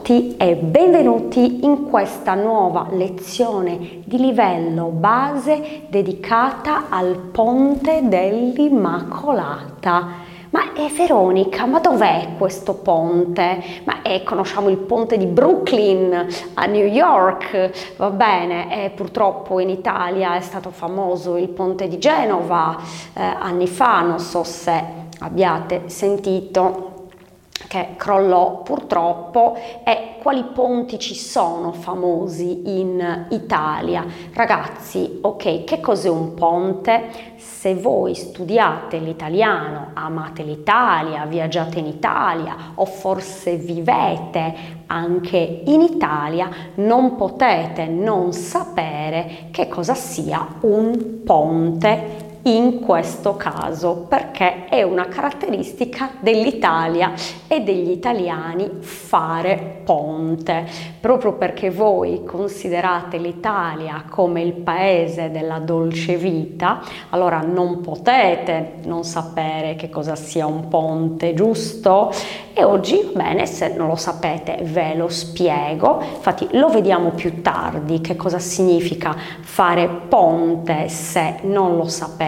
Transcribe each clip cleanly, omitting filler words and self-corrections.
tutti e benvenuti in questa nuova lezione di livello base dedicata al Ponte dell'Immacolata. Ma Veronica, ma dov'è questo ponte? Conosciamo il ponte di Brooklyn a New York, va bene, purtroppo in Italia è stato famoso il ponte di Genova anni fa, non so se abbiate sentito che crollò purtroppo. E quali ponti ci sono famosi in Italia? Ragazzi, ok, che cos'è un ponte? Se voi studiate l'italiano, amate l'Italia, viaggiate in Italia o forse vivete anche in Italia, non potete non sapere che cosa sia un ponte in questo caso, perché è una caratteristica dell'Italia e degli italiani fare ponte, proprio perché voi considerate l'Italia come il paese della dolce vita, allora non potete non sapere che cosa sia un ponte, giusto? E oggi, bene, se non lo sapete ve lo spiego, infatti lo vediamo più tardi che cosa significa fare ponte se non lo sapete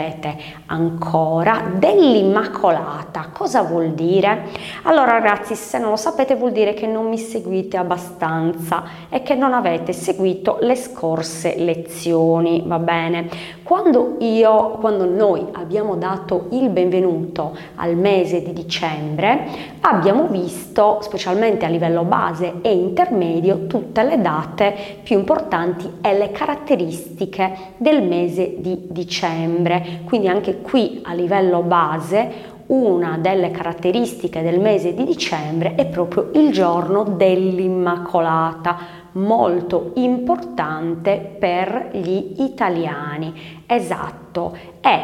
ancora. Dell'Immacolata cosa vuol dire? Allora ragazzi, se non lo sapete vuol dire che non mi seguite abbastanza e che non avete seguito le scorse lezioni, va bene? Quando noi abbiamo dato il benvenuto al mese di dicembre, abbiamo visto, specialmente a livello base e intermedio, tutte le date più importanti e le caratteristiche del mese di dicembre. Quindi anche qui a livello base una delle caratteristiche del mese di dicembre è proprio il giorno dell'Immacolata, molto importante per gli italiani. Esatto,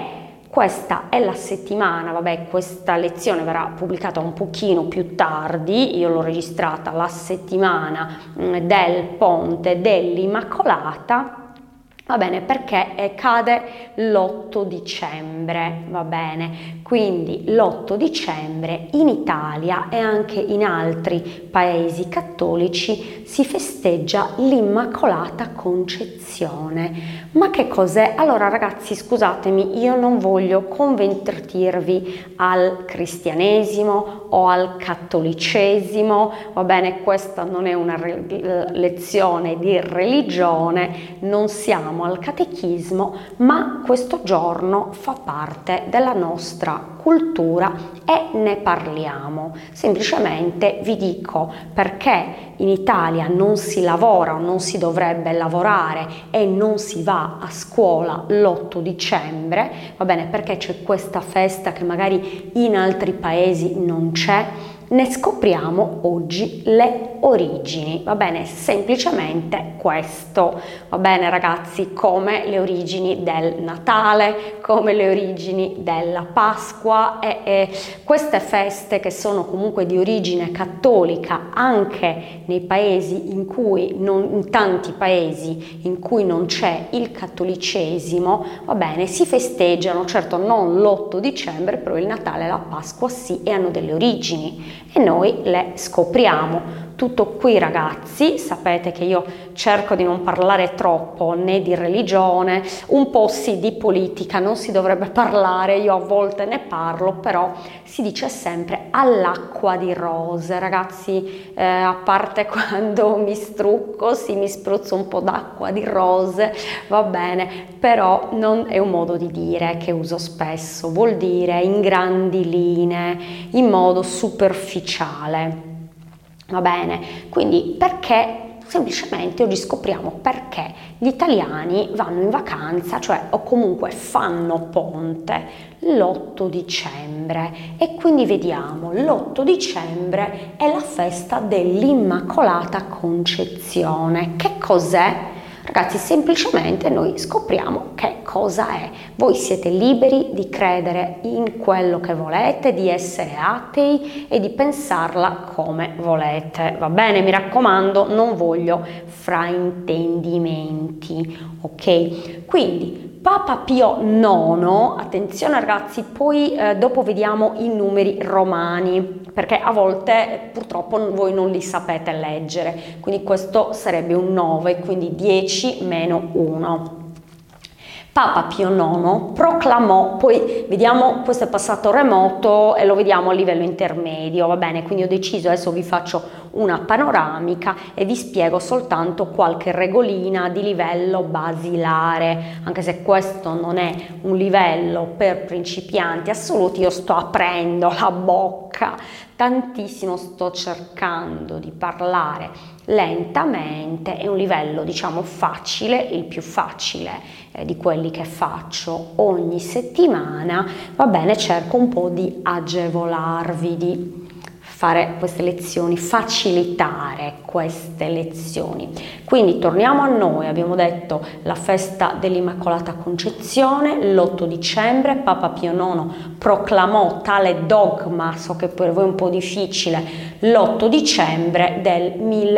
questa è la settimana, questa lezione verrà pubblicata un pochino più tardi, io l'ho registrata la settimana del Ponte dell'Immacolata, va bene, perché cade l'8 dicembre, va bene, quindi l'8 dicembre in Italia e anche in altri paesi cattolici si festeggia l'Immacolata Concezione. Ma che cos'è? Allora ragazzi, scusatemi, io non voglio convertirvi al cristianesimo o al cattolicesimo, va bene, questa non è una lezione di religione, non siamo al catechismo, ma questo giorno fa parte della nostra cultura e ne parliamo. Semplicemente vi dico perché in Italia non si lavora o non si dovrebbe lavorare e non si va a scuola l'8 dicembre, va bene, perché c'è questa festa che magari in altri paesi non c'è. Ne scopriamo oggi le origini, va bene, semplicemente questo, va bene ragazzi, come le origini del Natale, come le origini della Pasqua e queste feste che sono comunque di origine cattolica anche nei paesi in tanti paesi in cui non c'è il cattolicesimo, va bene, si festeggiano, certo non l'8 dicembre, però il Natale e la Pasqua sì, e hanno delle origini e noi le scopriamo. Tutto qui ragazzi, sapete che io cerco di non parlare troppo né di religione, un po' sì di politica, non si dovrebbe parlare, io a volte ne parlo, però si dice sempre all'acqua di rose, ragazzi, a parte quando mi strucco, sì, mi spruzzo un po' d'acqua di rose, va bene, però non è un modo di dire che uso spesso, vuol dire in grandi linee, in modo superficiale. Va bene, quindi perché semplicemente oggi scopriamo perché gli italiani vanno in vacanza, cioè o comunque fanno ponte l'8 dicembre e quindi vediamo l'8 dicembre è la festa dell'Immacolata Concezione. Che cos'è? Ragazzi, semplicemente noi scopriamo che cosa è. Voi siete liberi di credere in quello che volete, di essere atei e di pensarla come volete, va bene? Mi raccomando, non voglio fraintendimenti, ok? Quindi Papa Pio IX, attenzione ragazzi, poi dopo vediamo i numeri romani, perché a volte purtroppo voi non li sapete leggere, quindi questo sarebbe un 9, quindi 10 meno 1. Papa Pio IX proclamò, poi vediamo, questo è passato remoto e lo vediamo a livello intermedio, va bene? Quindi ho deciso, adesso vi faccio una panoramica e vi spiego soltanto qualche regolina di livello basilare, anche se questo non è un livello per principianti assoluti, io sto aprendo la bocca tantissimo, sto cercando di parlare lentamente, è un livello diciamo facile, il più facile di quelli che faccio ogni settimana, va bene, cerco un po' di agevolarvi, di fare queste lezioni, facilitare queste lezioni. Quindi torniamo a noi, abbiamo detto la festa dell'Immacolata Concezione, l'8 dicembre, Papa Pio IX proclamò tale dogma, so che per voi è un po' difficile, l'8 dicembre del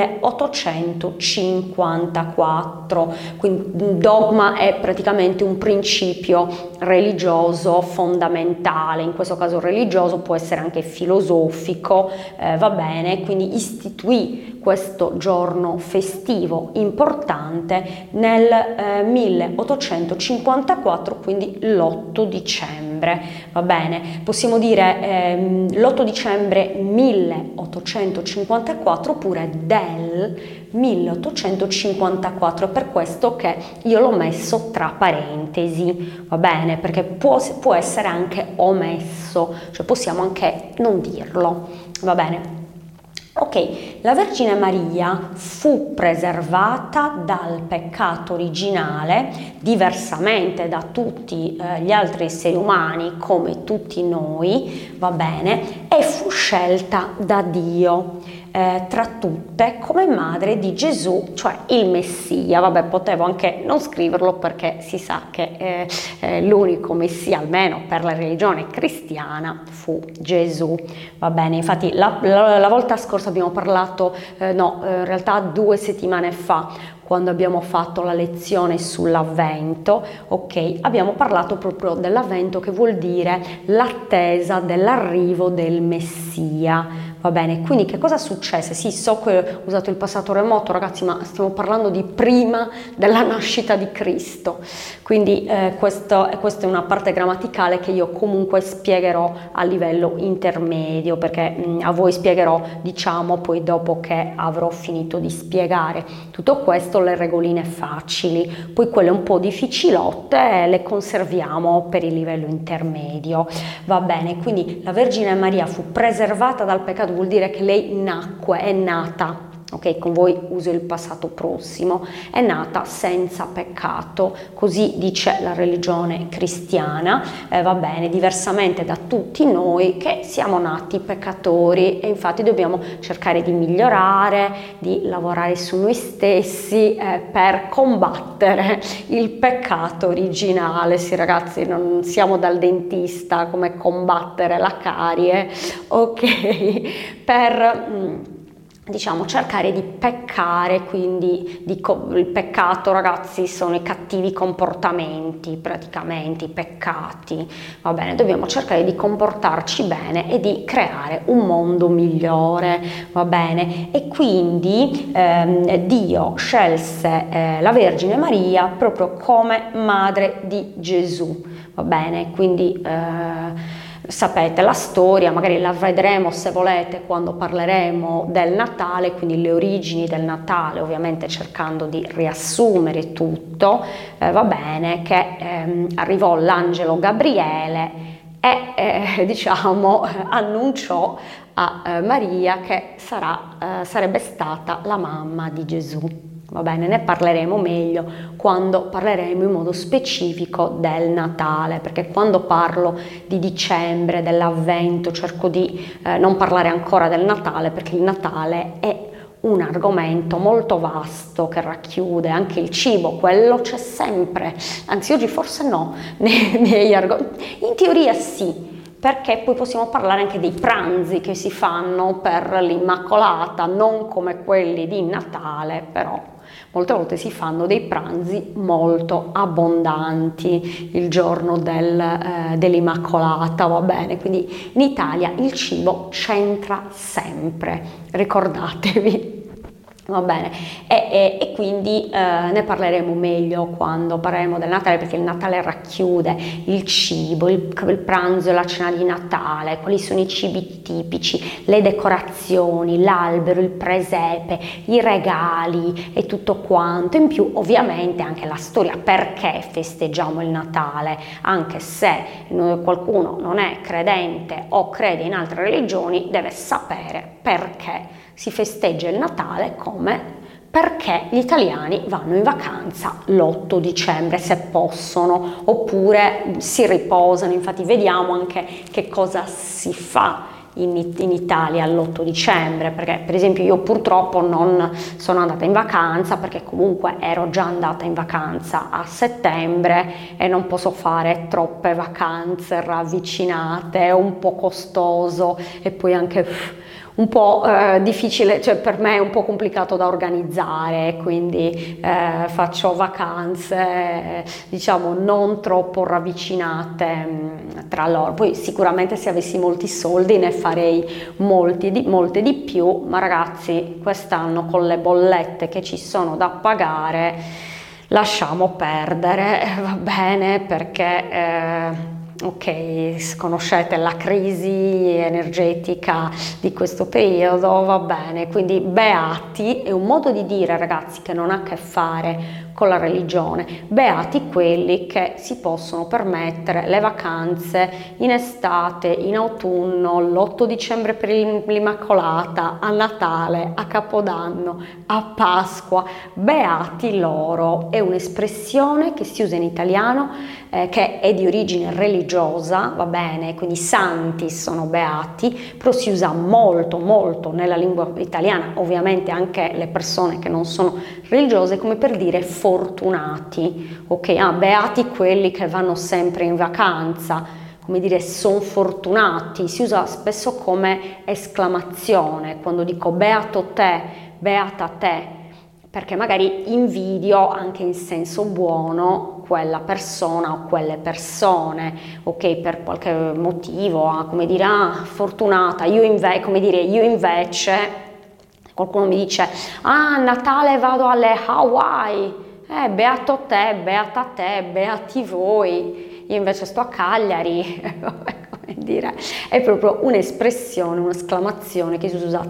1854, quindi un dogma è praticamente un principio religioso fondamentale, in questo caso religioso, può essere anche filosofico, va bene, quindi istituì questo giorno festivo importante nel 1854, quindi l'8 dicembre, va bene, possiamo dire l'8 dicembre 1854 oppure del 1854, è per questo che io l'ho messo tra parentesi, va bene, perché può essere anche omesso, cioè possiamo anche non dirlo, va bene. Ok, la Vergine Maria fu preservata dal peccato originale, diversamente da tutti gli altri esseri umani, come tutti noi, va bene, e fu scelta da Dio. Tra tutte come madre di Gesù, cioè il Messia. Vabbè, potevo anche non scriverlo perché si sa che l'unico Messia, almeno per la religione cristiana, fu Gesù. Va bene, infatti la volta scorsa abbiamo parlato, in realtà 2 settimane fa, quando abbiamo fatto la lezione sull'Avvento, ok, abbiamo parlato proprio dell'Avvento, che vuol dire l'attesa dell'arrivo del Messia. Va bene, quindi che cosa successe? Sì, so che ho usato il passato remoto, ragazzi, ma stiamo parlando di prima della nascita di Cristo. Quindi questa è una parte grammaticale che io comunque spiegherò a livello intermedio, perché a voi spiegherò, diciamo, poi dopo che avrò finito di spiegare tutto questo, le regoline facili. Poi quelle un po' difficilotte le conserviamo per il livello intermedio. Va bene, quindi la Vergine Maria fu preservata dal peccato, vuol dire che lei nacque, è nata, ok, con voi uso il passato prossimo, è nata senza peccato, così dice la religione cristiana, va bene, diversamente da tutti noi che siamo nati peccatori, e infatti dobbiamo cercare di migliorare, di lavorare su noi stessi per combattere il peccato originale. Sì ragazzi, non siamo dal dentista come combattere la carie, ok, per diciamo cercare di peccare, quindi il peccato, ragazzi, sono i cattivi comportamenti, praticamente i peccati, va bene, dobbiamo cercare di comportarci bene e di creare un mondo migliore, va bene, e quindi Dio scelse la Vergine Maria proprio come madre di Gesù, va bene, quindi sapete la storia, magari la vedremo se volete quando parleremo del Natale, quindi le origini del Natale, ovviamente cercando di riassumere tutto, va bene, che arrivò l'angelo Gabriele e diciamo annunciò a Maria che sarebbe stata la mamma di Gesù. Va bene, ne parleremo meglio quando parleremo in modo specifico del Natale, perché quando parlo di dicembre, dell'Avvento, cerco di non parlare ancora del Natale, perché il Natale è un argomento molto vasto che racchiude anche il cibo, quello c'è sempre, anzi oggi forse no, in teoria sì, perché poi possiamo parlare anche dei pranzi che si fanno per l'Immacolata, non come quelli di Natale, però Molte volte si fanno dei pranzi molto abbondanti il giorno dell'Immacolata, va bene? Quindi in Italia il cibo c'entra sempre, ricordatevi. Va bene, e quindi ne parleremo meglio quando parleremo del Natale, perché il Natale racchiude il cibo, il pranzo e la cena di Natale, quali sono i cibi tipici, le decorazioni, l'albero, il presepe, i regali e tutto quanto. In più ovviamente anche la storia, perché festeggiamo il Natale, anche se qualcuno non è credente o crede in altre religioni, deve sapere perché si festeggia il Natale, perché gli italiani vanno in vacanza l'8 dicembre se possono, oppure si riposano. Infatti vediamo anche che cosa si fa in Italia l'8 dicembre, perché per esempio io purtroppo non sono andata in vacanza, perché comunque ero già andata in vacanza a settembre e non posso fare troppe vacanze ravvicinate, è un po' costoso e poi anche un po' difficile, cioè per me è un po' complicato da organizzare, quindi faccio vacanze diciamo non troppo ravvicinate tra loro. Poi sicuramente se avessi molti soldi ne farei molte di più, ma ragazzi quest'anno con le bollette che ci sono da pagare lasciamo perdere, va bene, perché ok, conoscete la crisi energetica di questo periodo, va bene, quindi beati è un modo di dire, ragazzi, che non ha a che fare con la religione. Beati quelli che si possono permettere le vacanze in estate, in autunno, l'8 dicembre per l'Immacolata, a Natale, a Capodanno, a Pasqua. Beati loro, è un'espressione che si usa in italiano, che è di origine religiosa, va bene, quindi i santi sono beati, però si usa molto nella lingua italiana, ovviamente anche le persone che non sono religiose, come per dire fortunati, ok? Beati quelli che vanno sempre in vacanza, come dire son fortunati, si usa spesso come esclamazione, quando dico beato te, beata te, perché magari invidio anche in senso buono quella persona o quelle persone, ok, per qualche motivo, come dire, fortunata, io invece, qualcuno mi dice, a Natale vado alle Hawaii, beato te, beata te, beati voi, io invece sto a Cagliari, come dire, è proprio un'espressione, un'esclamazione che si usa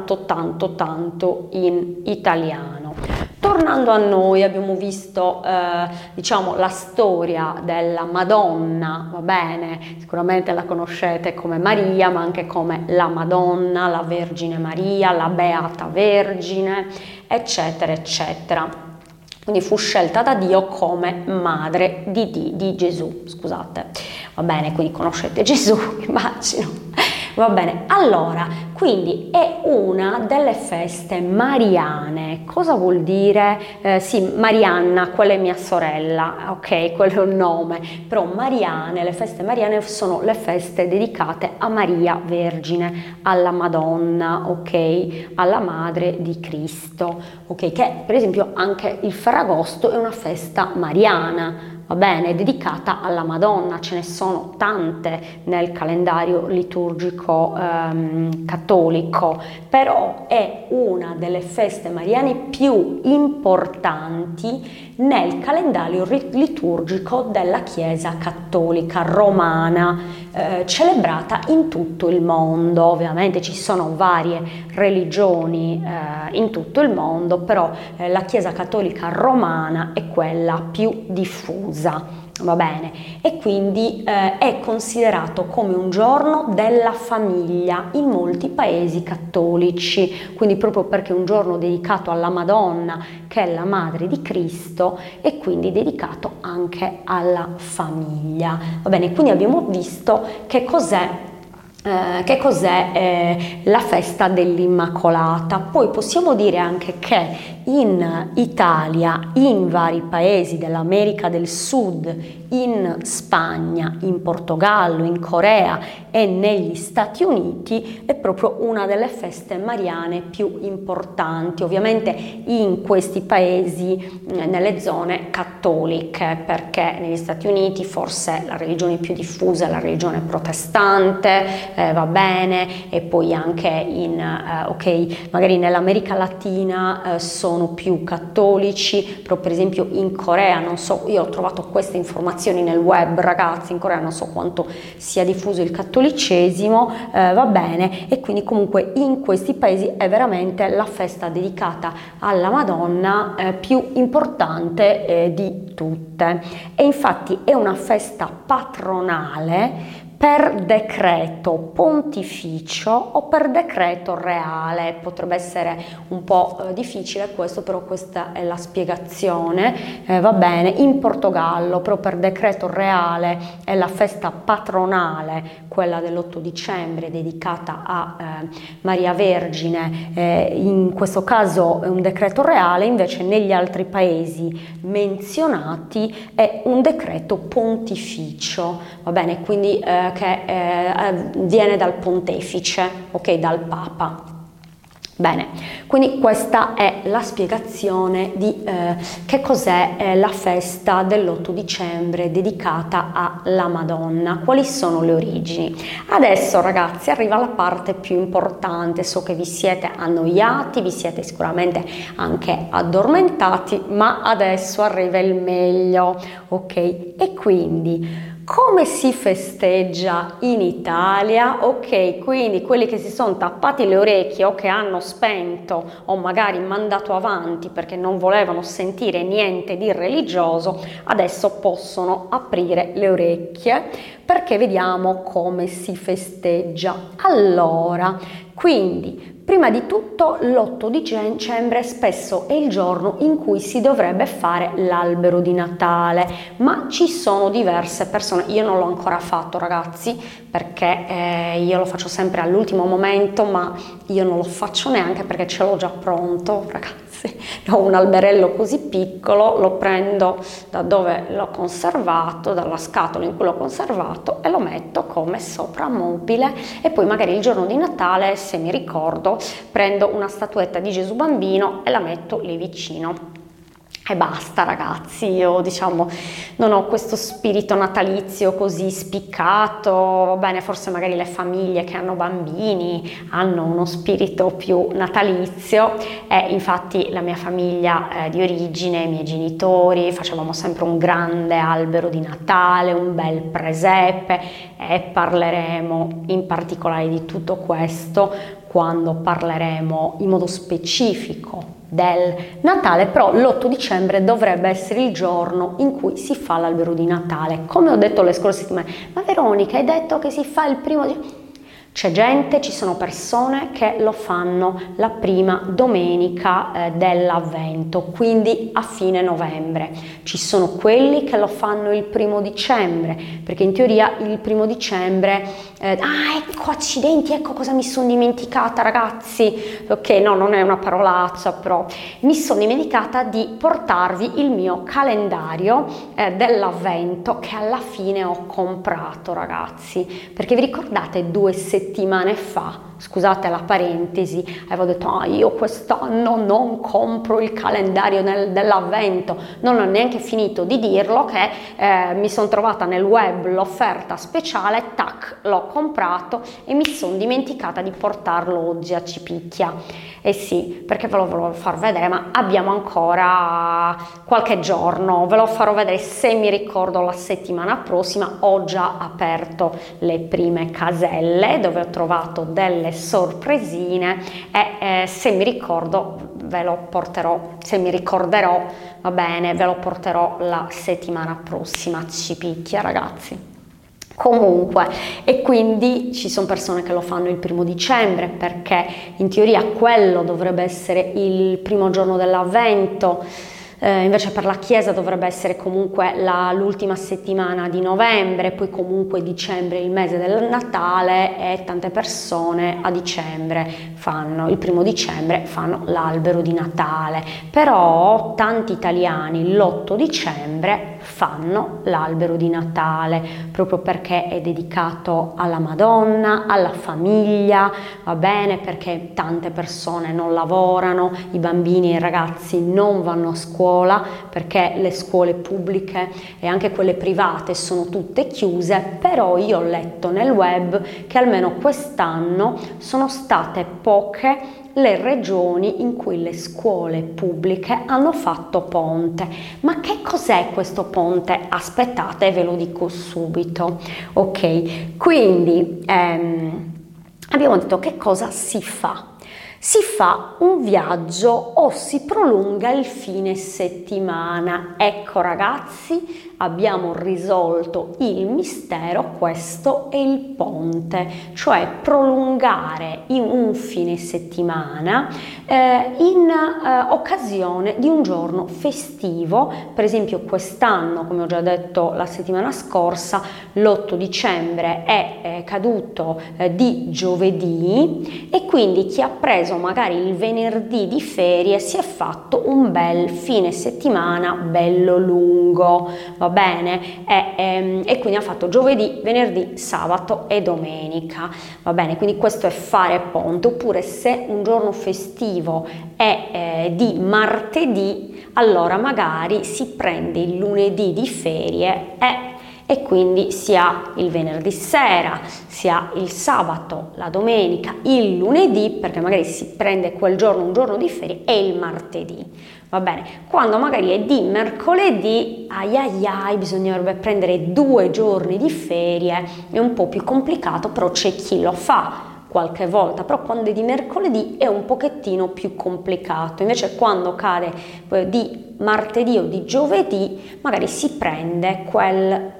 tanto in italiano. Tornando a noi, abbiamo visto diciamo la storia della Madonna, va bene, sicuramente la conoscete come Maria, ma anche come la Madonna, la Vergine Maria, la Beata Vergine, eccetera eccetera. Quindi fu scelta da Dio come madre di Gesù, scusate, va bene, quindi conoscete Gesù, immagino. Va bene, allora, quindi è una delle feste mariane. Cosa vuol dire? Sì, Marianna, quella è mia sorella, ok, quello è il nome, però Mariane, le feste mariane sono le feste dedicate a Maria Vergine, alla Madonna, ok, alla Madre di Cristo, ok, che per esempio anche il Ferragosto è una festa mariana, va bene, è dedicata alla Madonna, ce ne sono tante nel calendario liturgico cattolico, però è una delle feste mariane più importanti nel calendario liturgico della Chiesa cattolica romana, celebrata in tutto il mondo. Ovviamente ci sono varie religioni in tutto il mondo, però la Chiesa cattolica romana è quella più diffusa. Va bene, e quindi è considerato come un giorno della famiglia in molti paesi cattolici, quindi proprio perché è un giorno dedicato alla Madonna, che è la madre di Cristo, e quindi dedicato anche alla famiglia. Va bene, quindi abbiamo visto che cos'è la festa dell'Immacolata. Poi possiamo dire anche che in Italia, in vari paesi dell'America del Sud, in Spagna, in Portogallo, in Corea e negli Stati Uniti è proprio una delle feste mariane più importanti, ovviamente in questi paesi, nelle zone cattoliche, perché negli Stati Uniti forse la religione più diffusa è la religione protestante, va bene, e poi anche magari nell'America Latina sono più cattolici, però per esempio in Corea, non so, io ho trovato queste informazioni nel web, ragazzi, in Corea non so quanto sia diffuso il cattolicesimo, va bene, e quindi comunque in questi paesi è veramente la festa dedicata alla Madonna più importante di tutte, e infatti è una festa patronale per decreto pontificio o per decreto reale. Potrebbe essere un po' difficile questo, però questa è la spiegazione, va bene. In Portogallo, però per decreto reale è la festa patronale, quella dell'8 dicembre dedicata a Maria Vergine, in questo caso è un decreto reale, invece negli altri paesi menzionati è un decreto pontificio, va bene, quindi che viene dal pontefice, ok, dal Papa. Bene, quindi questa è la spiegazione di che cos'è la festa dell'8 dicembre dedicata alla Madonna, quali sono le origini. Adesso ragazzi arriva la parte più importante, so che vi siete annoiati, vi siete sicuramente anche addormentati, ma adesso arriva il meglio, ok? E quindi come si festeggia in Italia? Ok, quindi quelli che si sono tappati le orecchie o che hanno spento o magari mandato avanti perché non volevano sentire niente di religioso, adesso possono aprire le orecchie perché vediamo come si festeggia. Allora, quindi prima di tutto l'8 dicembre spesso è il giorno in cui si dovrebbe fare l'albero di Natale, ma ci sono diverse persone, io non l'ho ancora fatto ragazzi, perché io lo faccio sempre all'ultimo momento, ma io non lo faccio neanche perché ce l'ho già pronto ragazzi. Ho un alberello così piccolo, lo prendo da dove l'ho conservato, dalla scatola in cui l'ho conservato, e lo metto come soprammobile, e poi magari il giorno di Natale, se mi ricordo, prendo una statuetta di Gesù Bambino e la metto lì vicino. E basta ragazzi, io diciamo non ho questo spirito natalizio così spiccato, va bene, forse magari le famiglie che hanno bambini hanno uno spirito più natalizio, e infatti la mia famiglia di origine, i miei genitori, facevamo sempre un grande albero di Natale, un bel presepe, e parleremo in particolare di tutto questo quando parleremo in modo specifico del Natale, però l'8 dicembre dovrebbe essere il giorno in cui si fa l'albero di Natale. Come ho detto le scorse settimane, ma Veronica, hai detto che si fa il primo di... C'è gente, ci sono persone che lo fanno la prima domenica dell'Avvento, quindi a fine novembre. Ci sono quelli che lo fanno il 1° dicembre, perché in teoria il 1° dicembre... ecco, accidenti, ecco cosa mi sono dimenticata ragazzi. Ok, no, non è una parolaccia, però mi sono dimenticata di portarvi il mio calendario dell'Avvento che alla fine ho comprato ragazzi, perché vi ricordate 2 settimane fa, scusate la parentesi, avevo detto io quest'anno non compro il calendario dell'Avvento, non ho neanche finito di dirlo che mi sono trovata nel web l'offerta speciale, tac, l'ho comprato e mi sono dimenticata di portarlo oggi a Cipicchia. Eh sì, perché ve lo volevo far vedere, ma abbiamo ancora qualche giorno, ve lo farò vedere se mi ricordo la settimana prossima. Ho già aperto le prime caselle dove ho trovato delle sorpresine e se mi ricordo ve lo porterò, se mi ricorderò, va bene, ve lo porterò la settimana prossima a Cipicchia ragazzi. Comunque, e quindi ci sono persone che lo fanno il 1° dicembre perché in teoria quello dovrebbe essere il primo giorno dell'Avvento. invece per la Chiesa dovrebbe essere comunque l'ultima settimana di novembre, poi comunque dicembre è il mese del Natale e tante persone a dicembre il 1° dicembre fanno l'albero di Natale, però tanti italiani l'8 dicembre fanno l'albero di Natale proprio perché è dedicato alla Madonna, alla famiglia, va bene, perché tante persone non lavorano, i bambini e i ragazzi non vanno a scuola perché le scuole pubbliche e anche quelle private sono tutte chiuse, però io ho letto nel web che almeno quest'anno sono state poche le regioni in cui le scuole pubbliche hanno fatto ponte. Ma che cos'è questo ponte? Aspettate, ve lo dico subito. Ok, quindi abbiamo detto che cosa si fa. Si fa un viaggio o si prolunga il fine settimana. Ecco ragazzi, abbiamo risolto il mistero, questo è il ponte, cioè prolungare in un fine settimana in occasione di un giorno festivo. Per esempio quest'anno, come ho già detto la settimana scorsa, l'8 dicembre è caduto di giovedì e quindi chi ha preso magari il venerdì di ferie si è fatto un bel fine settimana bello lungo, va bene, e quindi ha fatto giovedì, venerdì, sabato e domenica, va bene, quindi questo è fare ponte. Oppure se un giorno festivo è di martedì, allora magari si prende il lunedì di ferie e quindi si ha il venerdì sera, si ha il sabato, la domenica, il lunedì, perché magari si prende quel giorno un giorno di ferie, e il martedì. Va bene, quando magari è di mercoledì, bisognerebbe prendere 2 giorni di ferie, è un po' più complicato, però c'è chi lo fa qualche volta, però quando è di mercoledì è un pochettino più complicato. Invece quando cade di martedì o di giovedì, magari si prende quel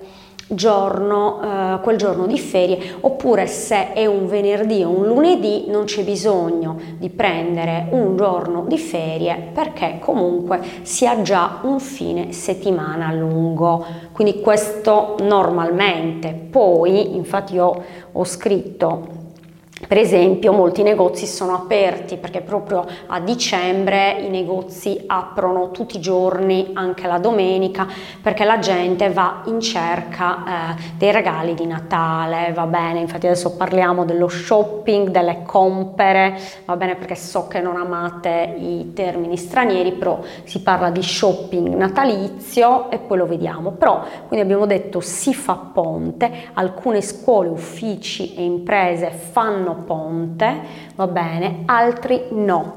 giorno di ferie, oppure se è un venerdì o un lunedì non c'è bisogno di prendere un giorno di ferie perché comunque si ha già un fine settimana lungo, quindi questo normalmente. Poi infatti io ho scritto, per esempio, molti negozi sono aperti perché proprio a dicembre i negozi aprono tutti i giorni, anche la domenica, perché la gente va in cerca dei regali di Natale, va bene? Infatti adesso parliamo dello shopping, delle compere, va bene, perché so che non amate i termini stranieri, però si parla di shopping natalizio e poi lo vediamo. Però quindi abbiamo detto si fa ponte, alcune scuole, uffici e imprese fanno ponte, va bene, altri no.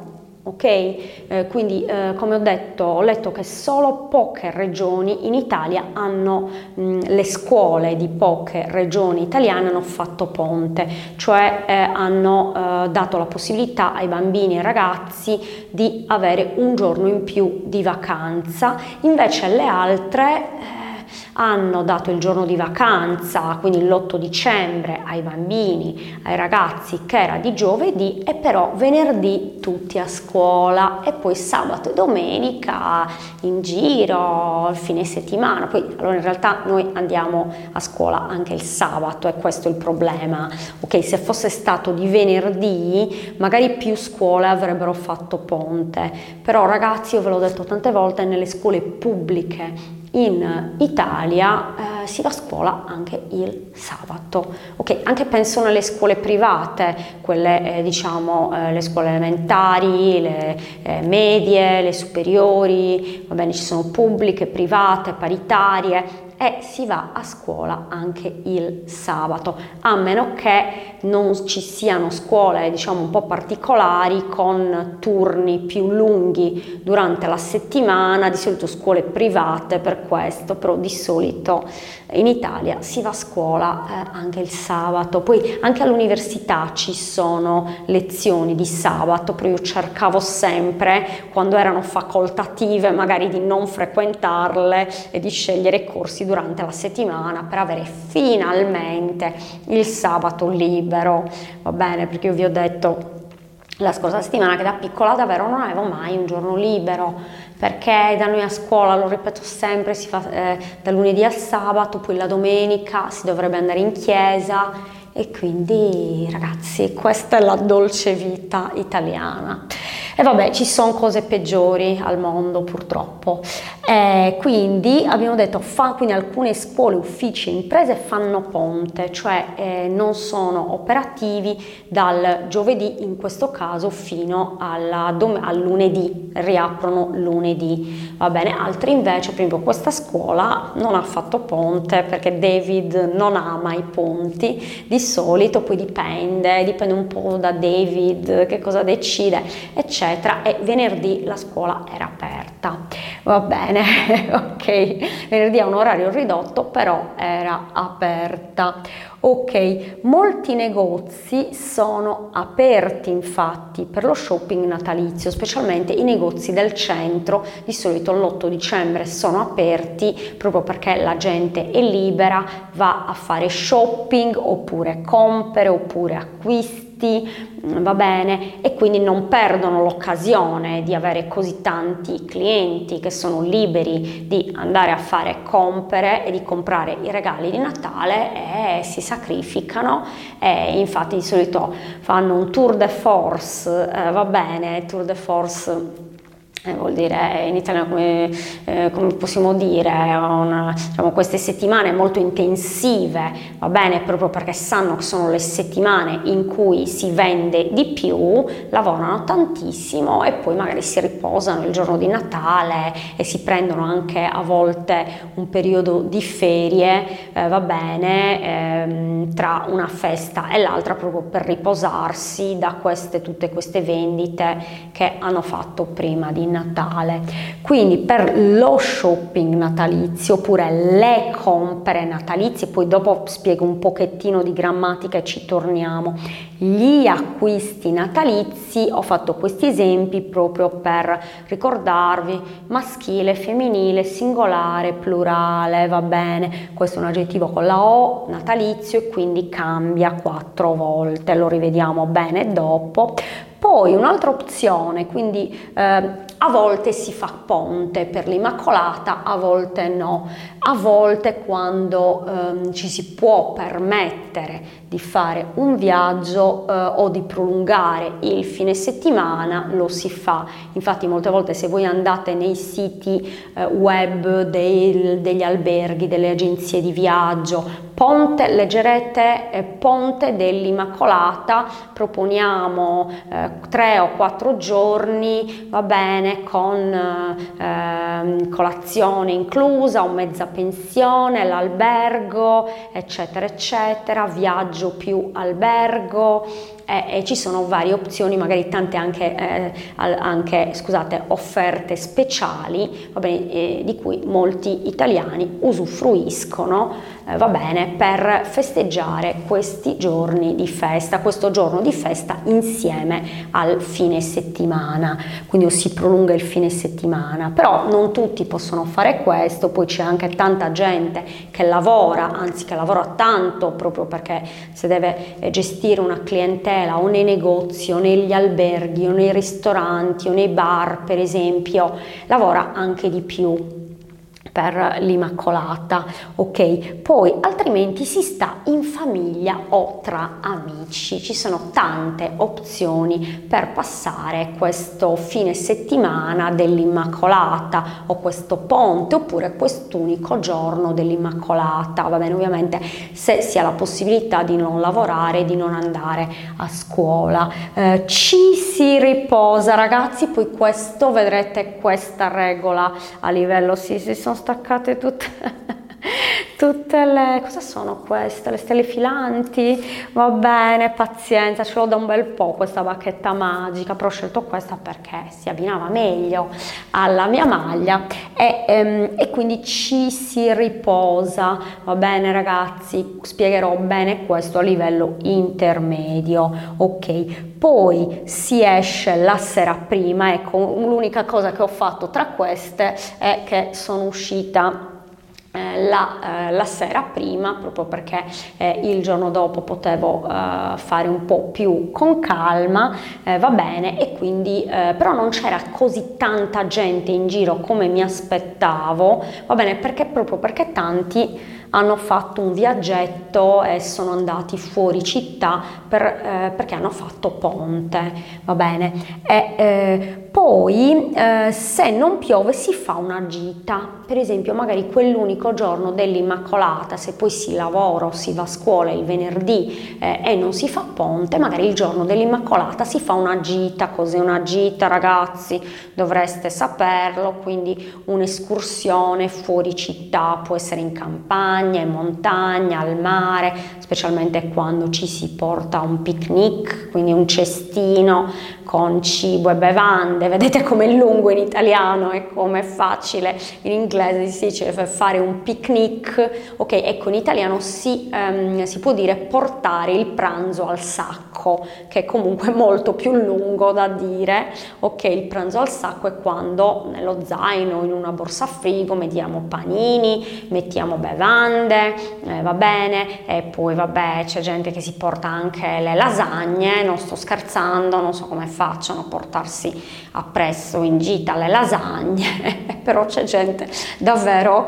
Ok, quindi come ho letto che solo poche regioni in Italia hanno, le scuole di poche regioni italiane hanno fatto ponte, cioè hanno dato la possibilità ai bambini e ragazzi di avere un giorno in più di vacanza. Invece le altre hanno dato il giorno di vacanza, quindi l'8 dicembre ai bambini, ai ragazzi, che era di giovedì, e però venerdì tutti a scuola e poi sabato e domenica in giro, il fine settimana. Poi allora in realtà noi andiamo a scuola anche il sabato e questo è il problema. Ok, se fosse stato di venerdì magari più scuole avrebbero fatto ponte, però ragazzi, io ve l'ho detto tante volte, nelle scuole pubbliche in Italia si va a scuola anche il sabato, ok? Anche penso nelle scuole private, quelle diciamo le scuole elementari, le medie, le superiori, va bene, ci sono pubbliche, private, paritarie, e si va a scuola anche il sabato, a meno che non ci siano scuole diciamo un po' particolari con turni più lunghi durante la settimana, di solito scuole private per questo, però di solito in Italia si va a scuola anche il sabato. Poi anche all'università ci sono lezioni di sabato, però io cercavo sempre, quando erano facoltative, magari di non frequentarle e di scegliere corsi durante la settimana per avere finalmente il sabato libero, va bene, perché io vi ho detto la scorsa settimana che da piccola davvero non avevo mai un giorno libero, perché da noi a scuola, lo ripeto sempre, si fa da lunedì al sabato, poi la domenica si dovrebbe andare in chiesa e quindi ragazzi questa è la dolce vita italiana. E vabbè, ci sono cose peggiori al mondo purtroppo. Quindi abbiamo detto, quindi alcune scuole, uffici e imprese fanno ponte, cioè non sono operativi dal giovedì in questo caso fino al lunedì, riaprono lunedì, va bene. Altri invece, per esempio questa scuola non ha fatto ponte perché David non ama i ponti di solito, poi dipende un po' da David che cosa decide, eccetera. E venerdì la scuola era aperta, va bene. Ok, venerdì ha un orario ridotto però era aperta. Ok, molti negozi sono aperti infatti per lo shopping natalizio, specialmente i negozi del centro, di solito l'8 dicembre sono aperti proprio perché la gente è libera, va a fare shopping oppure compere oppure acquisti, va bene, e quindi non perdono l'occasione di avere così tanti clienti che sono liberi di andare a fare compere e di comprare i regali di Natale e si sacrificano, e infatti di solito fanno un tour de force, va bene, tour de force vuol dire in italiano come possiamo dire, diciamo, queste settimane molto intensive, va bene, proprio perché sanno che sono le settimane in cui si vende di più, lavorano tantissimo e poi magari si riposano il giorno di Natale e si prendono anche a volte un periodo di ferie, va bene, tra una festa e l'altra, proprio per riposarsi da tutte queste vendite che hanno fatto prima di Natale. Quindi per lo shopping natalizio oppure le compere natalizie, poi dopo spiego un pochettino di grammatica e ci torniamo, gli acquisti natalizi, ho fatto questi esempi proprio per ricordarvi maschile, femminile, singolare, plurale, va bene, questo è un aggettivo con la O, natalizio, e quindi cambia 4 volte, lo rivediamo bene dopo. Poi un'altra opzione, quindi a volte si fa ponte per l'Immacolata, a volte no, a volte quando ci si può permettere di fare un viaggio o di prolungare il fine settimana, lo si fa. Infatti molte volte se voi andate nei siti web degli alberghi, delle agenzie di viaggio, ponte, leggerete ponte dell'Immacolata, proponiamo 3 o 4 giorni, va bene, con colazione inclusa o mezza pensione, l'albergo, eccetera eccetera, viaggio più albergo, e ci sono varie opzioni, magari tante anche scusate, offerte speciali, va bene, di cui molti italiani usufruiscono, va bene, per festeggiare questi giorni di festa, questo giorno di festa insieme al fine settimana, quindi si prolunga il fine settimana. Però non tutti possono fare questo, poi c'è anche tanta gente che lavora, anzi che lavora tanto, proprio perché se deve gestire una clientela o nei negozi o negli alberghi o nei ristoranti o nei bar, per esempio, lavora anche di più per l'Immacolata, ok? Poi altrimenti si sta in famiglia o tra amici, ci sono tante opzioni per passare questo fine settimana dell'Immacolata o questo ponte oppure quest'unico giorno dell'Immacolata, va bene, ovviamente se si ha la possibilità di non lavorare, di non andare a scuola, ci si riposa ragazzi. Poi questo, vedrete questa regola a livello, si sono staccate tutte le, cosa sono queste? Le stelle filanti? Va bene, pazienza, ce l'ho da un bel po' questa bacchetta magica, però ho scelto questa perché si abbinava meglio alla mia maglia e quindi ci si riposa, va bene ragazzi, spiegherò bene questo a livello intermedio, ok? Poi si esce la sera prima, ecco, l'unica cosa che ho fatto tra queste è che sono uscita la sera prima, proprio perché il giorno dopo potevo fare un po' più con calma, va bene, e quindi però non c'era così tanta gente in giro come mi aspettavo, va bene, proprio perché tanti hanno fatto un viaggetto e sono andati fuori città perché hanno fatto ponte, va bene. Poi se non piove si fa una gita, per esempio magari quell'unico giorno dell'Immacolata, se poi si lavora o si va a scuola il venerdì e non si fa ponte, magari il giorno dell'Immacolata si fa una gita. Cos'è una gita, ragazzi? Dovreste saperlo, quindi un'escursione fuori città, può essere in campagna, in montagna, al mare, specialmente quando ci si porta un picnic, quindi un cestino con cibo e bevande. Vedete com'è lungo in italiano e com'è facile in inglese, si dice fare un picnic, ok? Ecco, in italiano si può dire portare il pranzo al sacco, che è comunque molto più lungo da dire, ok? Il pranzo al sacco è quando nello zaino, in una borsa a frigo, mettiamo panini, mettiamo bevande, va bene, e poi vabbè c'è gente che si porta anche le lasagne, non sto scherzando, non so come facciano a portarsi appresso in gita le lasagne, però c'è gente davvero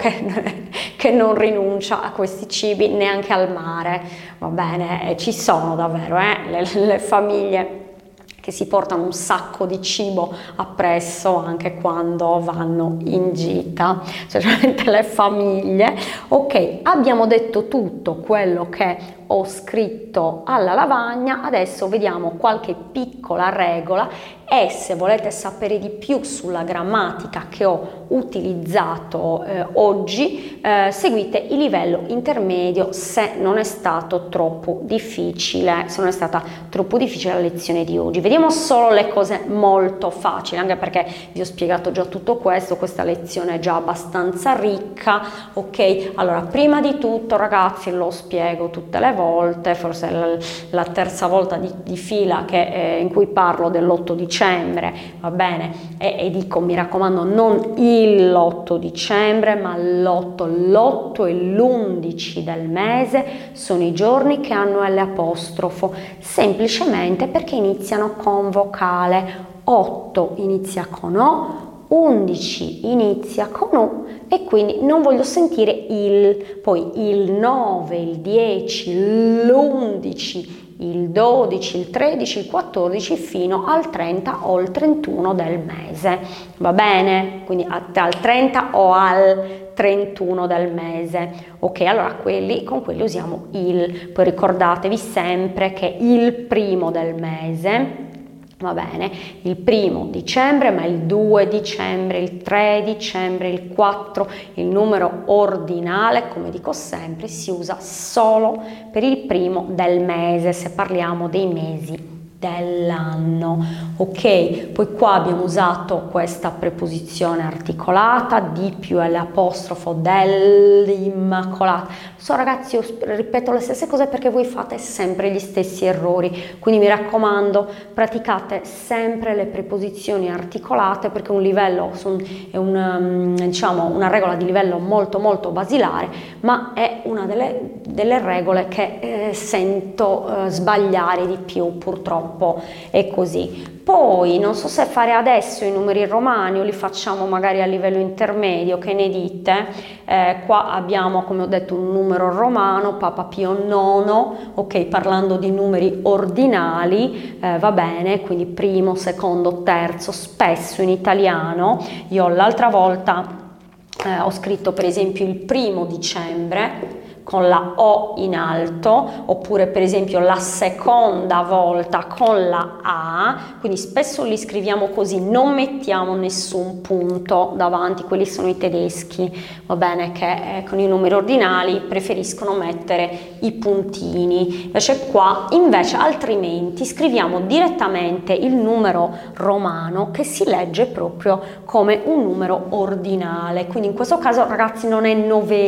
che non rinuncia a questi cibi neanche al mare, va bene, ci sono davvero le famiglie che si portano un sacco di cibo appresso anche quando vanno in gita, specialmente le famiglie. Ok, abbiamo detto tutto quello che ho scritto alla lavagna, adesso vediamo qualche piccola regola e se volete sapere di più sulla grammatica che ho utilizzato oggi, seguite il livello intermedio se non è stato troppo difficile, se non è stata troppo difficile la lezione di oggi. Vediamo solo le cose molto facili, anche perché vi ho spiegato già tutto questo, questa lezione è già abbastanza ricca, ok? Allora, prima di tutto, ragazzi, lo spiego tutte le volte, forse è la terza volta di fila in cui parlo dell'8 dicembre, va bene? E dico, mi raccomando, non l'8 dicembre, ma l'8 e l'11 del mese sono i giorni che hanno l'apostrofo, semplicemente perché iniziano con vocale. 8 inizia con O, 11 inizia con U e quindi non voglio sentire poi il 9, il 10, l'11, il 12, il 13, il 14 fino al 30 o il 31 del mese, va bene? Quindi al 30 o al 31 del mese, ok? Allora con quelli usiamo il, poi ricordatevi sempre che il primo del mese, va bene, il 1 dicembre, ma il 2 dicembre, il 3 dicembre, il 4, il numero ordinale, come dico sempre, si usa solo per il primo del mese, se parliamo dei mesi dell'anno, ok? Poi qua abbiamo usato questa preposizione articolata di più l'apostrofo dell'Immacolata. So ragazzi, io ripeto le stesse cose perché voi fate sempre gli stessi errori, quindi mi raccomando, praticate sempre le preposizioni articolate perché un livello è diciamo una regola di livello molto molto basilare, ma è una delle regole che sento sbagliare di più, purtroppo è così. Poi non so se fare adesso i numeri romani o li facciamo magari a livello intermedio, che ne dite? Qua abbiamo, come ho detto, un numero romano, Papa Pio IX, ok, parlando di numeri ordinali, va bene, quindi primo, secondo, terzo, spesso in italiano. Io l'altra volta ho scritto per esempio il 1 dicembre con la O in alto, oppure per esempio la seconda volta con la A, quindi spesso li scriviamo così, non mettiamo nessun punto davanti, quelli sono i tedeschi, va bene, che con i numeri ordinali preferiscono mettere i puntini, invece altrimenti scriviamo direttamente il numero romano che si legge proprio come un numero ordinale, quindi in questo caso ragazzi non è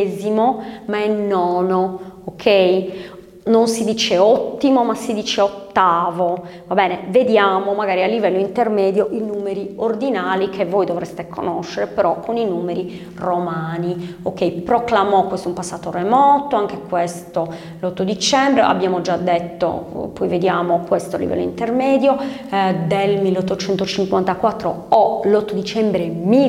novesimo ma è nono, ok? Non si dice ottimo ma si dice ottavo, ottavo, va bene? Vediamo magari a livello intermedio i numeri ordinali che voi dovreste conoscere, però con i numeri romani, ok? Proclamò, questo è un passato remoto, anche questo l'8 dicembre, abbiamo già detto, poi vediamo questo a livello intermedio, del 1854 o l'8 dicembre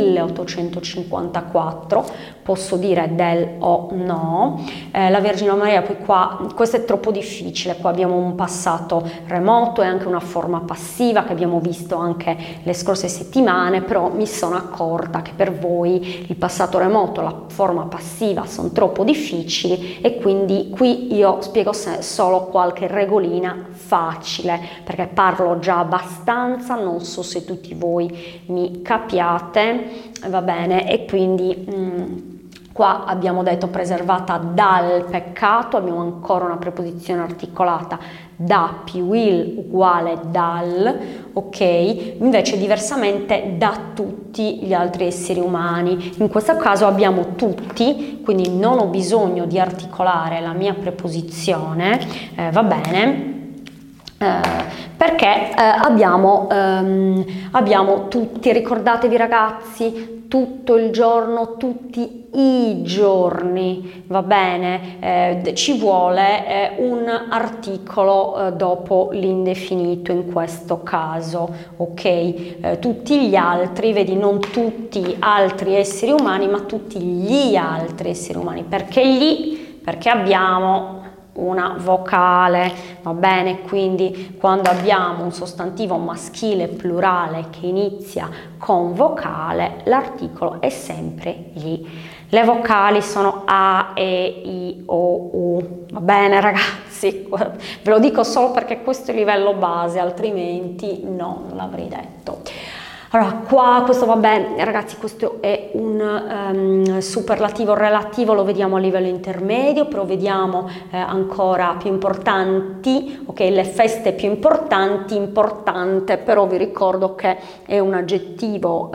1854, posso dire del o no. La Vergine Maria, poi qua, questo è troppo difficile, qua abbiamo un passato remoto e anche una forma passiva che abbiamo visto anche le scorse settimane, però mi sono accorta che per voi il passato remoto, la forma passiva sono troppo difficili e quindi qui io spiego solo qualche regolina facile, perché parlo già abbastanza, non so se tutti voi mi capiate, va bene, e quindi qua abbiamo detto preservata dal peccato, abbiamo ancora una preposizione articolata da più il uguale dal, ok? Invece diversamente da tutti gli altri esseri umani. In questo caso abbiamo tutti, quindi non ho bisogno di articolare la mia preposizione, va bene? Perché abbiamo tutti, ricordatevi ragazzi, tutto il giorno, tutti i giorni, va bene? Ci vuole un articolo dopo l'indefinito in questo caso, ok? Tutti gli altri, vedi, non tutti altri esseri umani, ma tutti gli altri esseri umani. Perché gli? Perché abbiamo una vocale, va bene? Quindi quando abbiamo un sostantivo maschile plurale che inizia con vocale, l'articolo è sempre gli. Le vocali sono A, E, I, O, U, va bene ragazzi? Ve lo dico solo perché questo è il livello base, altrimenti no, non l'avrei detto. Allora, qua questo va bene, ragazzi, questo è un superlativo relativo, lo vediamo a livello intermedio, però vediamo ancora più importanti, ok, le feste più importanti, importante, però vi ricordo che è un aggettivo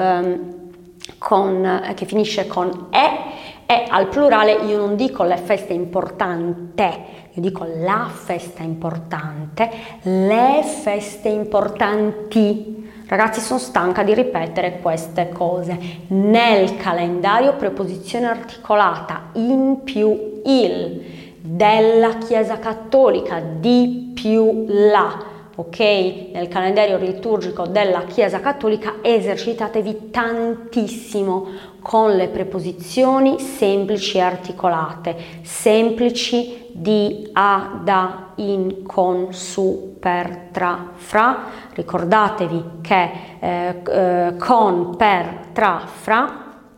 che finisce con e al plurale io non dico le feste importante, io dico la festa importante, le feste importanti. Ragazzi, sono stanca di ripetere queste cose. Nel calendario preposizione articolata in più il, della Chiesa Cattolica di più la, ok? Nel calendario liturgico della Chiesa Cattolica esercitatevi tantissimo con le preposizioni semplici e articolate, semplici di, a, da, in, con, su, per, tra, fra. Ricordatevi che con, per, tra, fra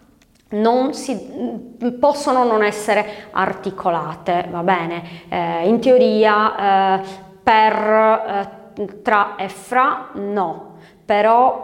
possono non essere articolate, va bene? In teoria per, tra e fra no, però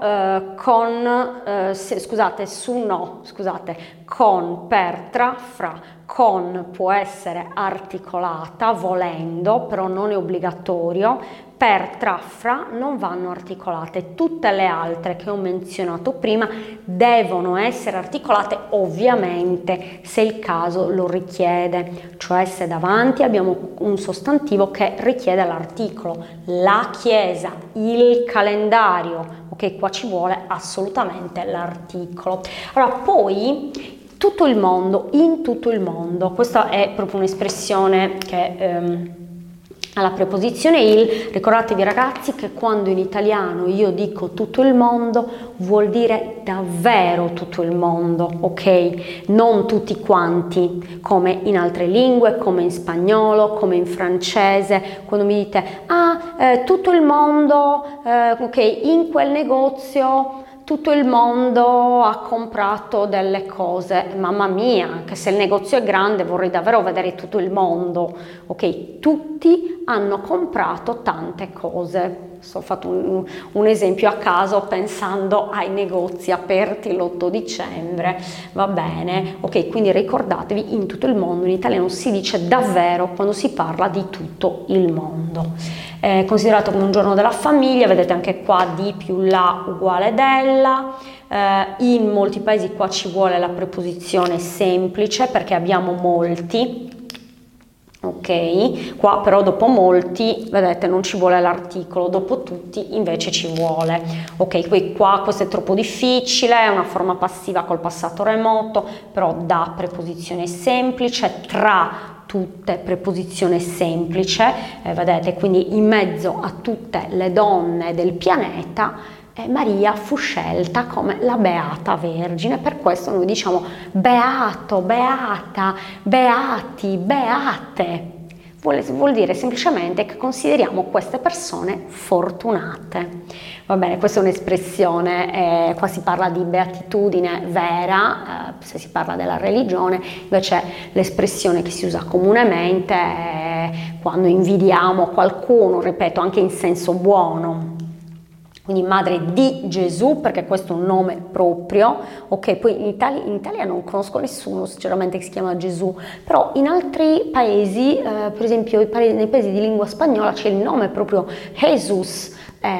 con, per, tra, fra. Con può essere articolata volendo, però non è obbligatorio. Per, tra, fra non vanno articolate. Tutte le altre che ho menzionato prima devono essere articolate, ovviamente se il caso lo richiede, cioè se davanti abbiamo un sostantivo che richiede l'articolo. La Chiesa, il calendario, ok, qua ci vuole assolutamente l'articolo. Allora, poi tutto il mondo, in tutto il mondo, questa è proprio un'espressione che ha la preposizione il. Ricordatevi ragazzi che quando in italiano io dico tutto il mondo vuol dire davvero tutto il mondo, ok? Non tutti quanti, come in altre lingue, come in spagnolo, come in francese, quando mi dite tutto il mondo, ok, in quel negozio tutto il mondo ha comprato delle cose, mamma mia, anche se il negozio è grande vorrei davvero vedere tutto il mondo, ok? Tutti hanno comprato tante cose. Ho fatto un esempio a caso pensando ai negozi aperti l'8 dicembre, va bene? Ok, quindi ricordatevi, in tutto il mondo, in italiano si dice davvero quando si parla di tutto il mondo. Considerato come un giorno della famiglia, vedete anche qua di più la uguale della. In molti paesi qua ci vuole la preposizione semplice perché abbiamo molti, Ok, qua però dopo molti, vedete, non ci vuole l'articolo, dopo tutti invece ci vuole. Ok, qui qua questo è troppo difficile, è una forma passiva col passato remoto, però da preposizione semplice, tra tutte preposizione semplice, vedete, quindi in mezzo a tutte le donne del pianeta Maria fu scelta come la Beata Vergine, per questo noi diciamo beato, beata, beati, beate. Vuol dire semplicemente che consideriamo queste persone fortunate. Va bene, questa è un'espressione, qua si parla di beatitudine vera, se si parla della religione, invece l'espressione che si usa comunemente è quando invidiamo qualcuno, ripeto, anche in senso buono. Quindi madre di Gesù, perché questo è un nome proprio, ok? Poi in Italia non conosco nessuno sinceramente che si chiama Gesù, però in altri paesi, per esempio nei paesi di lingua spagnola c'è il nome proprio Jesus.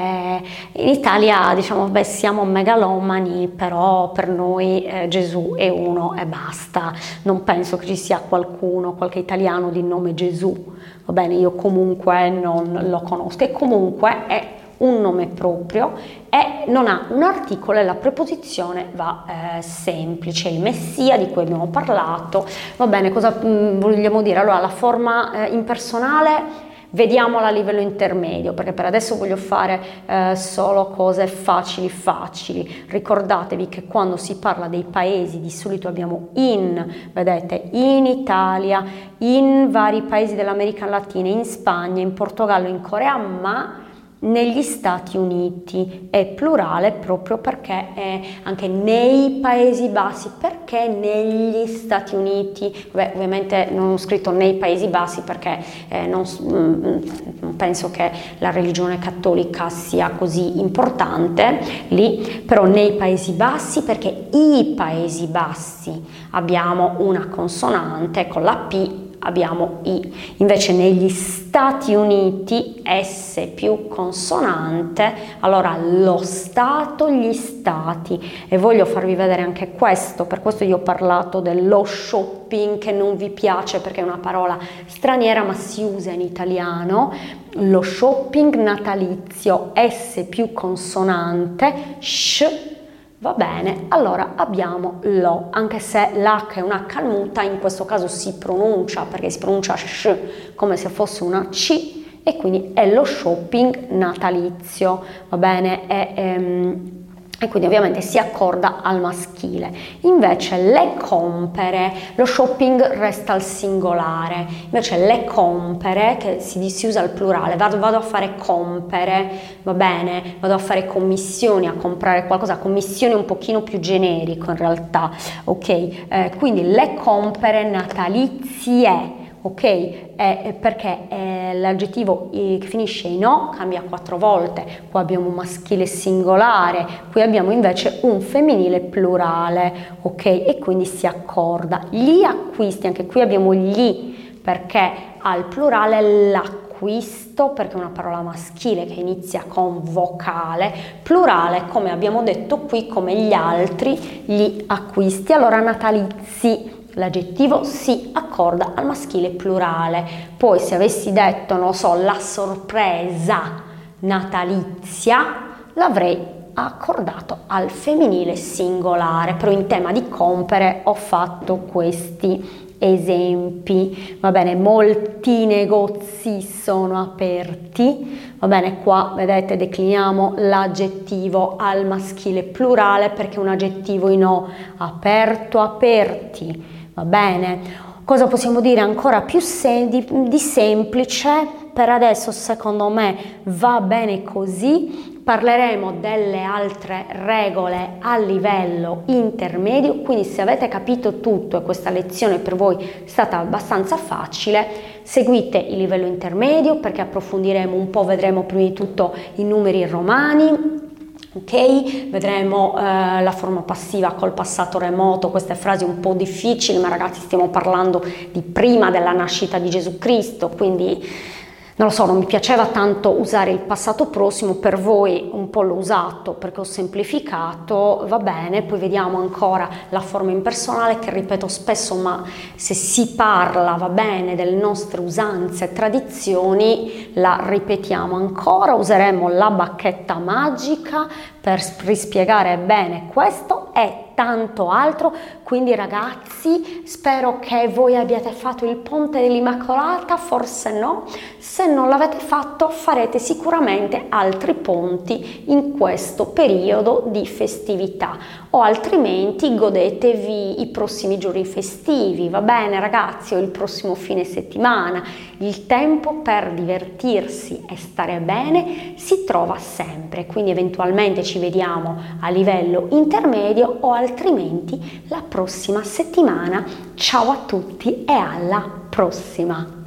In Italia diciamo, beh, siamo megalomani, però per noi Gesù è uno e basta, non penso che ci sia qualche italiano di nome Gesù, va bene, io comunque non lo conosco, e comunque è un nome proprio e non ha un articolo e la preposizione va semplice. Il Messia di cui abbiamo parlato, va bene, cosa vogliamo dire? Allora, la forma impersonale vediamola a livello intermedio, perché per adesso voglio fare solo cose facili. Ricordatevi che quando si parla dei paesi di solito abbiamo vedete, in Italia, in vari paesi dell'America Latina, in Spagna, in Portogallo, in Corea, ma negli Stati Uniti è plurale proprio perché è anche nei Paesi Bassi, perché negli Stati Uniti, beh, ovviamente non ho scritto nei Paesi Bassi perché non penso che la religione cattolica sia così importante lì, però nei Paesi Bassi perché i Paesi Bassi abbiamo una consonante con la P, abbiamo I, invece negli Stati Uniti S più consonante, allora lo Stato, gli Stati, e voglio farvi vedere anche questo, per questo io ho parlato dello shopping che non vi piace perché è una parola straniera ma si usa in italiano, lo shopping natalizio S più consonante, sh. Va bene, allora abbiamo lo, anche se l'H è una H muta, in questo caso si pronuncia, perché si pronuncia sh come se fosse una C, e quindi è lo shopping natalizio, va bene? E quindi ovviamente si accorda al maschile. Invece le compere, lo shopping resta al singolare, invece le compere, che si usa al plurale, vado a fare compere, va bene, vado a fare commissioni, a comprare qualcosa, commissioni un pochino più generico in realtà, ok? Quindi le compere natalizie. Ok, perché l'aggettivo che finisce in O cambia 4 volte, qua abbiamo un maschile singolare, qui abbiamo invece un femminile plurale, ok, e quindi si accorda. Gli acquisti, anche qui abbiamo gli, perché al plurale l'acquisto, perché è una parola maschile che inizia con vocale, plurale come abbiamo detto qui, come gli altri, gli acquisti, allora natalizi. L'aggettivo si accorda al maschile plurale. Poi se avessi detto, non so, la sorpresa natalizia, l'avrei accordato al femminile singolare, però in tema di compere ho fatto questi esempi. Va bene, molti negozi sono aperti, va bene, qua vedete decliniamo l'aggettivo al maschile plurale perché è un aggettivo in O, aperto, aperti. Va bene, cosa possiamo dire ancora più di semplice? Per adesso secondo me va bene così, parleremo delle altre regole a livello intermedio, quindi se avete capito tutto e questa lezione per voi è stata abbastanza facile, seguite il livello intermedio perché approfondiremo un po', vedremo prima di tutto i numeri romani. Ok, vedremo la forma passiva col passato remoto, queste frasi un po' difficili, ma ragazzi stiamo parlando di prima della nascita di Gesù Cristo, quindi Non lo so, non mi piaceva tanto usare il passato prossimo, per voi un po' l'ho usato perché ho semplificato, va bene, poi vediamo ancora la forma impersonale che ripeto spesso, ma se si parla, va bene, delle nostre usanze e tradizioni, la ripetiamo ancora, useremo la bacchetta magica per rispiegare bene questo e tanto altro. Quindi ragazzi, spero che voi abbiate fatto il ponte dell'Immacolata, forse no, se non l'avete fatto farete sicuramente altri ponti in questo periodo di festività, o altrimenti godetevi i prossimi giorni festivi, va bene ragazzi, o il prossimo fine settimana. Il tempo per divertirsi e stare bene si trova sempre, quindi eventualmente ci vediamo a livello intermedio o altrimenti la prossima settimana. Ciao a tutti e alla prossima!